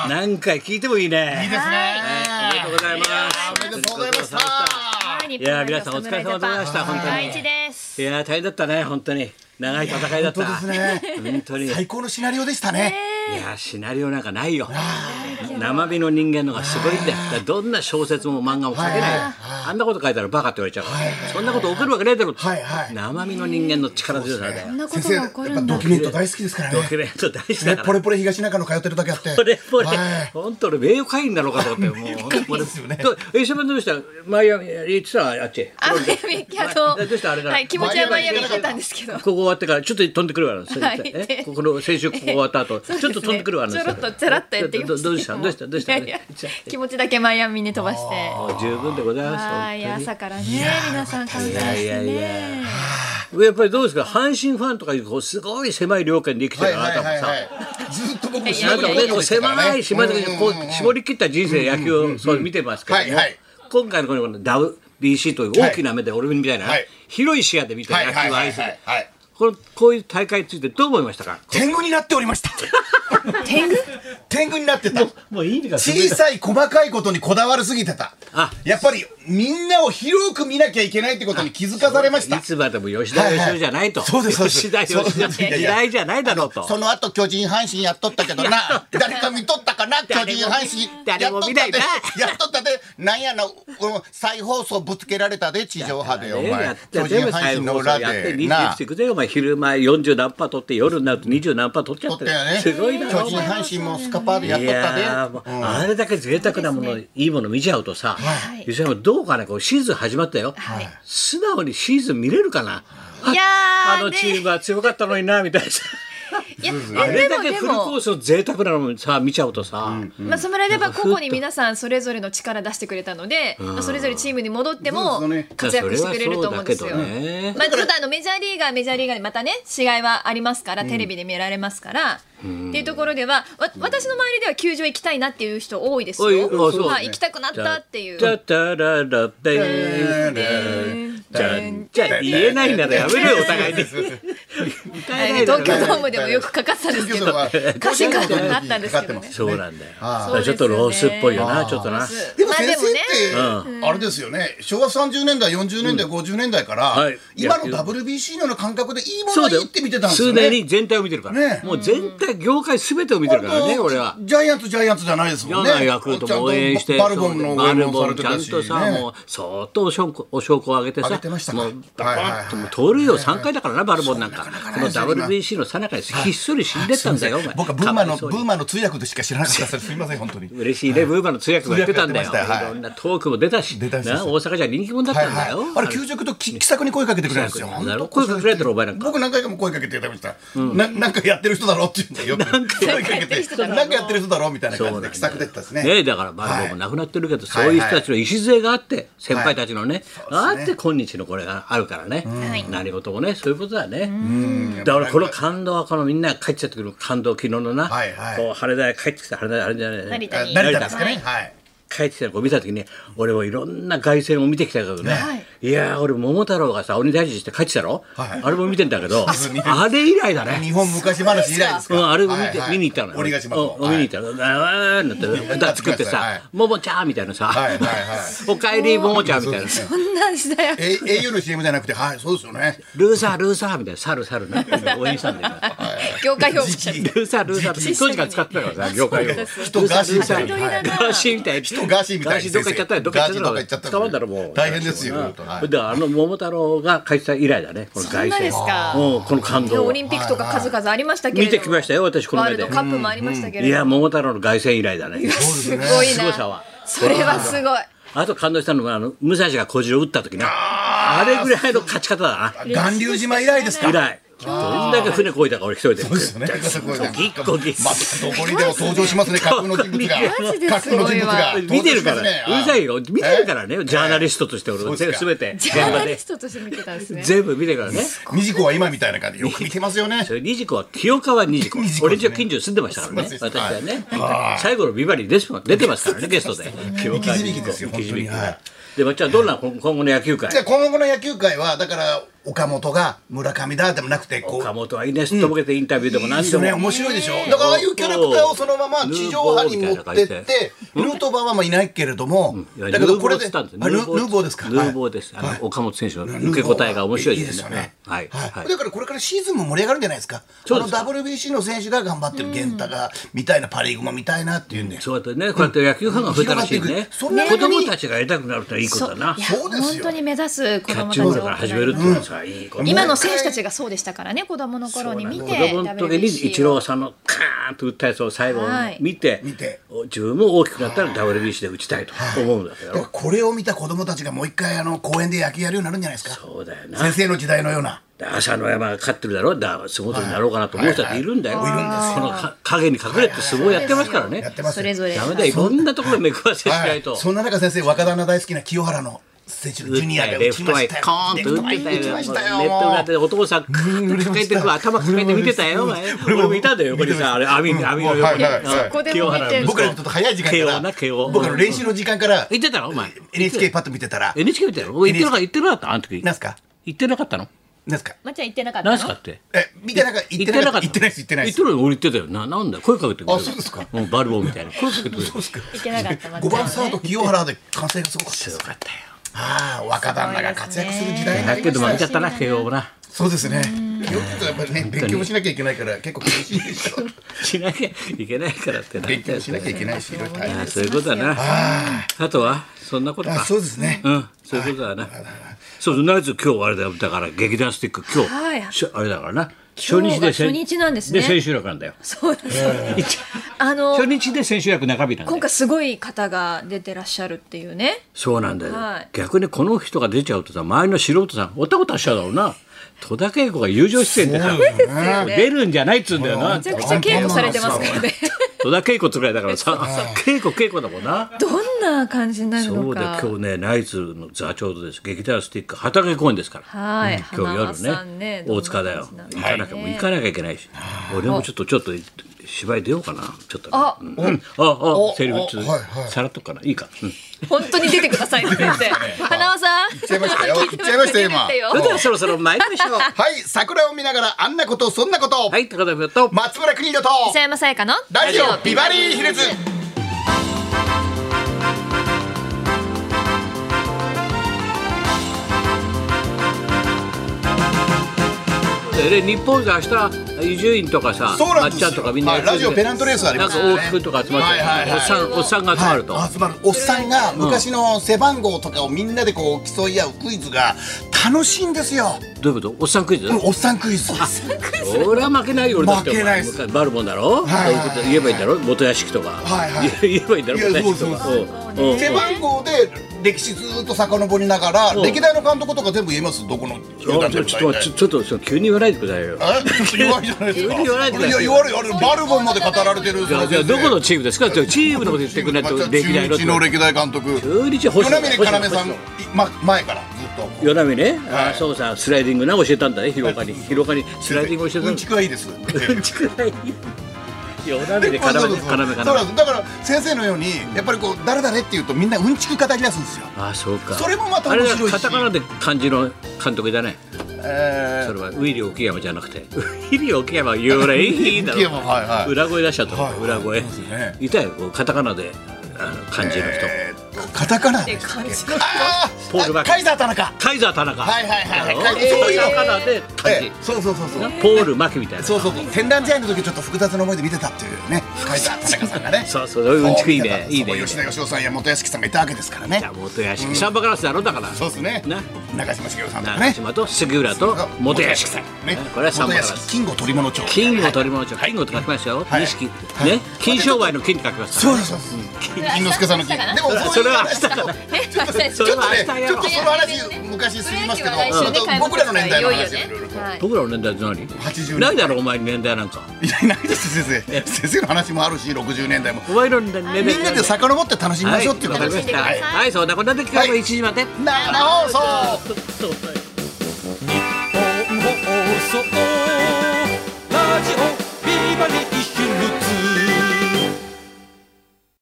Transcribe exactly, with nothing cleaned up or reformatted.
何回聞いてもいいね。 いいですね。 ありがとうございます。 おめでとうございました。 いや皆さんお疲れ様でございました。本当に。いや大変だったね本当に。長い戦いだった。 本当ですね。 本当に。 最高のシナリオでしたね。 いやシナリオなんかないよ。生身の人間のがすごいんだよ。だからどんな小説も漫画も書けないよ。あんなこと書いたらバカって言われちゃうから。そんなこと起こるわけないだろう。生身の人間の力強さだよ。 先生やっぱドキュメント大好きですからね。 ドキュメント大好きだから。 ポレポレ東中野通ってるだけあって。 ポレポレ。本当俺名誉会員だろうかと思ってもう。 そうですよね。 え一緒にどうしたマイアミ言ってたあっち。 あマイアミあのどうしたあれだ。 はい気持ちはマイアミ行ってたんですけど。 ここ終わってからちょっと飛んでくるわ。えここの先週ここ終わった後ちょっと飛んでくるわ。 ちょろっとちょろっとやってきました。 どうしたどうしたどうした。 気持ちだけマイアミに飛ばして。 十分でございます。 はい、朝からね、皆さん感謝してね。 いやいやいや。やっぱりどうですか、阪神ファンとかいうこうすごい狭い領域で生きてるあなたもさ。 ずっと僕もなんかねこう狭い島でこう絞り切った人生野球をそう見てますけども、今回のこの ダブリュービーシー という大きな目で俺みたいな広い視野で見て野球を愛する。このこういう大会についてどう思いましたか。 天狗になっておりました。 天狗？ 天狗になってた。 もういいんだ。 小さい細かいことにこだわりすぎてた。やっぱりみんなを広く見なきゃいけないってことに気づかされました。 いつまでも吉田よしおじゃないと。 そうですそうです。 吉田よしお時代じゃないだろうと。 その後巨人阪神やっとったけどな。誰か見とったかな巨人阪神。 誰も見ないな。 やっとったでなんやな再放送ぶつけられたで地上波でお前。巨人阪神の裏でな。 昼前よんじゅう何パー取って夜になるとにじゅう何パー取っちゃってる。すごいな。 巨人阪神もスカパーでやっとったで。 あれだけ贅沢なものいいもの見ちゃうとさ、吉田もどうかねこうシーズン始まったよ。素直にシーズン見れるかな。 いやあのチームは強かったのになみたいな。 いやあれだけフルコースの贅沢なのもさ見ちゃうとさ、 まあそれでは個々に皆さんそれぞれの力出してくれたので、まあそれぞれチームに戻っても活躍してくれると思うんですよ。まあちょっとあのメジャーリーガーメジャーリーガーでまたね試合はありますからテレビで見られますからっていうところではわ私の周りでは球場行きたいなっていう人多いですよ。はい行きたくなったっていう。 じゃたららでじゃじゃ言えないならやめろよお互いに。 東京ドームでもよくかかったんですけど歌詞があったんですけどね。 そうなんだよ。ちょっとロースっぽいよなちょっとな。 でも先生ってあれですよね昭和さんじゅうねんだいよんじゅうねんだいごじゅうねんだいから今の ダブリュービーシー のような感覚でいいものはいいって見てたんですよね。 数年に全体を見てるからもう全体業界全てを見てるからね俺は。 ジャイアンツジャイアンツじゃないですもんね。 ヤクルトも応援してバルボンの応援もされてたしちゃんとさもう相当お証拠を上げてさもうバーッともう盗塁をさんかいだからなバルボンなんかこの ダブリュービーシー の最中にひっそり死んでったんだよお前。 僕はブーマのブーマの通訳でしか知らなかったです。すみません本当に。 嬉しいねブーマの通訳もやってたんだよ。いろんなトークも出たし大阪じゃ人気者だったんだよ。 あれ球場と気さくに声かけてくれるんですよ。 声かけられたらお前なんか僕何回かも声かけていただきました。なんかやってる人だろって言うんだよ。なんかやってる人だろみたいな感じで気さくでったですね。 ねだからバルボンも亡くなってるけどそういう人たちの礎があって先輩たちのねあって今日のこれがあるからね何事もねそういうことだね。だからこの感動はこのみんなが帰っちゃってくる感動昨日のなこう羽田へ帰ってきた羽田あれじゃない成田に成田ですかね。 帰ってきたのを見た時に俺もいろんな凱旋を見てきたけどね、はい、いや俺桃太郎がさ鬼退治して帰ってきたろ、はい、あれも見てんだけどあれ以来だね。 日本昔話以来ですか、 うん、あれも見て、はいはい、見に行ったのよ。 鬼ヶ島と見に行ったのあーって歌作ってさ、はい、ももちゃーみたいなさ、はいはいはい、おかえりももちゃーみたいなそんな時代え エーユー の シーエム じゃなくてはいそうですよねルーサールーサーみたいな猿猿ね応援したんだよ業界用語者ルーサールーサーって当時から使ってたからさ業界用語人ガーシーみたいなガーシーみたいな人ガーシーみたいなどっか行っちゃったよどっか行っちゃったら捕まんだろもう大変ですよ。 であの桃太郎が帰ってきた以来だねこの凱旋。もうこの感動オリンピックとか数々ありましたけれども見てきましたよ私この目でワールドカップもありましたけれどもいや桃太郎の凱旋以来だね。 すごいなすごさはそれはすごい。 あと感動したのがあの武蔵が小次郎を打った時なあれぐらいの勝ち方だな。 巌流島以来ですか。 以来どんだけ船こいたか俺一人で。 そうですよね。 ギッコギッまたどこにでも登場しますね架空の人物が。架空の人物が見てるからね。うるさいよ見てるからねジャーナリストとして俺すべてジャーナリストとして見てたんですね。 全部見てからね。 ニジコは今みたいな感じよく見てますよね。 ニジコは清川ニジコ。俺んちの近所に住んでましたからね。私はね最後のビバリーですもん出てますからねゲストで。 清川ニジコですよ本当に。 でまっちゃんどんな今後の野球界。 じゃあ今後の野球界はだから岡本が村上だでもなくてこう岡本はいいね、すっとぼけてインタビューでも何でも、 ね、面白いでしょ。だからああいうキャラクターをそのまま地上波に持ってってヌートバーはまあいないけれども、だけどこれでヌーボーですか。 ヌーボーです。岡本選手の受け答えが面白いですね。はいだからこれからシーズンも盛り上がるんじゃないですか。あの ダブリュービーシー の選手が頑張ってる源太がみたいなパ・リーグも見たいなっていうんで、 そうやってね、こうやって野球ファンが増えたらしいね。子供たちがやりたくなるっていいことだな。 そうですよ。本当に目指す子供たちをから始めるっていうのはさ、いいこと。 今の選手たちがそうでしたからね、子供の頃に見て、子供の時にイチローさんのカーンと打ったやつを最後見て、自分も大きくなったら ダブリュービーシー で打ちたいと思うんだけど、 これを見た子供たちがもう一回あの公園で野球やるようになるんじゃないですか。 そうだよな。 先生の時代のような。 朝の山が勝ってるだろう、だ相撲取りになろうかなと思う人っているんだよ。この影に隠れて相撲やってますからね。 それぞれダメだよ、いろんなところで目配せしないと。 そんな中先生、若旦那大好きな清原の選手のジュニアが打ちましたよ。 コーンと打ってたよ。ネット裏でお父さんカーッと抱えてる頭抱えて見てたよ。俺も見たんだよ、横にさ、あれ網網の横に清原の。僕らちょっと早い時間から僕らの練習の時間から言ってたのお前。 エヌエイチケー パッと見てたらエヌエイチケー 見てたの。言ってなかった言ってなかったあの時。 なんすか。 言ってなかったの。 なんすか。 まっちゃん言ってなかったの。 なんすかって。 え見てなかった言ってなかった言ってないです言ってないです。 言ってるの俺言ってたよ。ななんだ声かけてくれ。 あそうですか。 もうバルボンみたいな声かけてくれ。 そうですか。 言ってなかった。 ごばんサード清原で歓声がすごかった。 すごかったよ。 ああ若旦那が活躍する時代だけど負けちゃったな慶応もな。 そうですね。慶応ってやっぱりね勉強もしなきゃいけないから結構厳しいでしょ。 しなきゃいけないからって勉強しなきゃいけないしいろいろ大変。 そういうことだな。あとはそんなことか。 そうですね。 うんそういうことだな。そうナイツ今日あれだよだから劇団スティック今日あれだからな。初日で初日なんですね。 で千秋楽なんだよ。 そうです。あの初日で千秋楽中日なんだよ。 今回すごい方が出てらっしゃるっていうね。 そうなんだよ。逆にこの人が出ちゃうとさ周りの素人さんおったことはしちゃうだろうな。戸田恵子が友情出演でさ出るんじゃないっつうんだよな。 めちゃくちゃ稽古されてますからね。 戸田恵子つらいだからさ稽古稽古だもんな。 どんな感じになるのか。 そうで今日ねナイツの座長とです劇団スティック畑公演ですから。 はい。 今日夜ね大塚だよ。行かなきゃもう行かなきゃいけないし。俺もちょっとちょっと芝居出ようかなちょっと。あああセリフさらっとかないいか。 本当に出てください先生。花輪さん。 言っちゃいましたよ。言っちゃいました今。 それではそろそろ参りましょう。 はい桜を見ながらあんなことそんなこと。 はい高田文夫と松村邦洋と磯山さやかのラジオビバリーヒルズ。 で日本で明日伊集院とかさまっちゃんとかみんなラジオペナントレースありますね。なんか大木君とか集まっておっさんおっさんが集まると集まるおっさんが昔の背番号とかをみんなでこう競い合うクイズが楽しいんですよ。 どういうことおっさんクイズ。 おっさんクイズ。 俺は負けないよ俺だって負けないです。 バルボンだろ言えばいいんだろ元屋敷とか言えばいいんだろ元屋敷とか背番号で歴史ずっと遡りながら歴代の監督とか全部言えます。どこのちょっとちょっと急に言わないでくださいよ。 言わないじゃないですか。 言わないでください。 言われバルボンまで語られてる。 じゃあどこのチームですか。チームのこと言ってくれないと歴代の。 中日の歴代監督。 中日星野要さん前からずっと。 与那嶺ね。あそうさスライディングな教えたんだね広岡に広岡にスライディング教えた。 うんちくはいいです。 うんちくはいい。与那嶺かなめかなめかなめ。 だから先生のようにやっぱりこう誰々っていうとみんなうんちく語り出すんですよ。 あそうか。 それもまた面白いし。 あれカタカナで漢字の監督じゃない。それはウィリー沖山じゃなくてウィリー沖山幽霊いいだろ。裏声出しちゃった裏声。いたよカタカナで漢字の人。 カタカナで漢字の人。 ポールマキ。 カイザー田中。 カイザー田中。 はいはいはいはい。 そういうカタカナで漢字。 そうそうそうそう。 ポールマキみたいな。 そうそう。天覧試合の時ちょっと複雑な思いで見てたっていうね。カイザー田中さんがね。 そうそううんちくいいねいいね。 吉田義雄さんや元屋敷さんがいたわけですからね。 元屋敷サンバカラスだろだから。 そうですね。中島茂さんとかね。 中島と杉浦と元屋敷さん。これはサンバカラス。 金吾取物町。 金吾取物町。金吾と書きましたよ。錦ね金商売の金って書きます。 そうですそうです。金之助さんの金。でもそれは明日だ。 ちょっとねちょっとその話昔すぎますけど僕らの年代の話いろいろと。 僕らの年代って何？ はちじゅうないだろお前年代なんか。 いやないです先生。先生の話もあるしろくじゅうねんだいも。 お前の年代みんなで遡って楽しみましょうっていうことです。 はいそうだこんな時今日もいちじまで生放送。 日本放送ラジオビバリー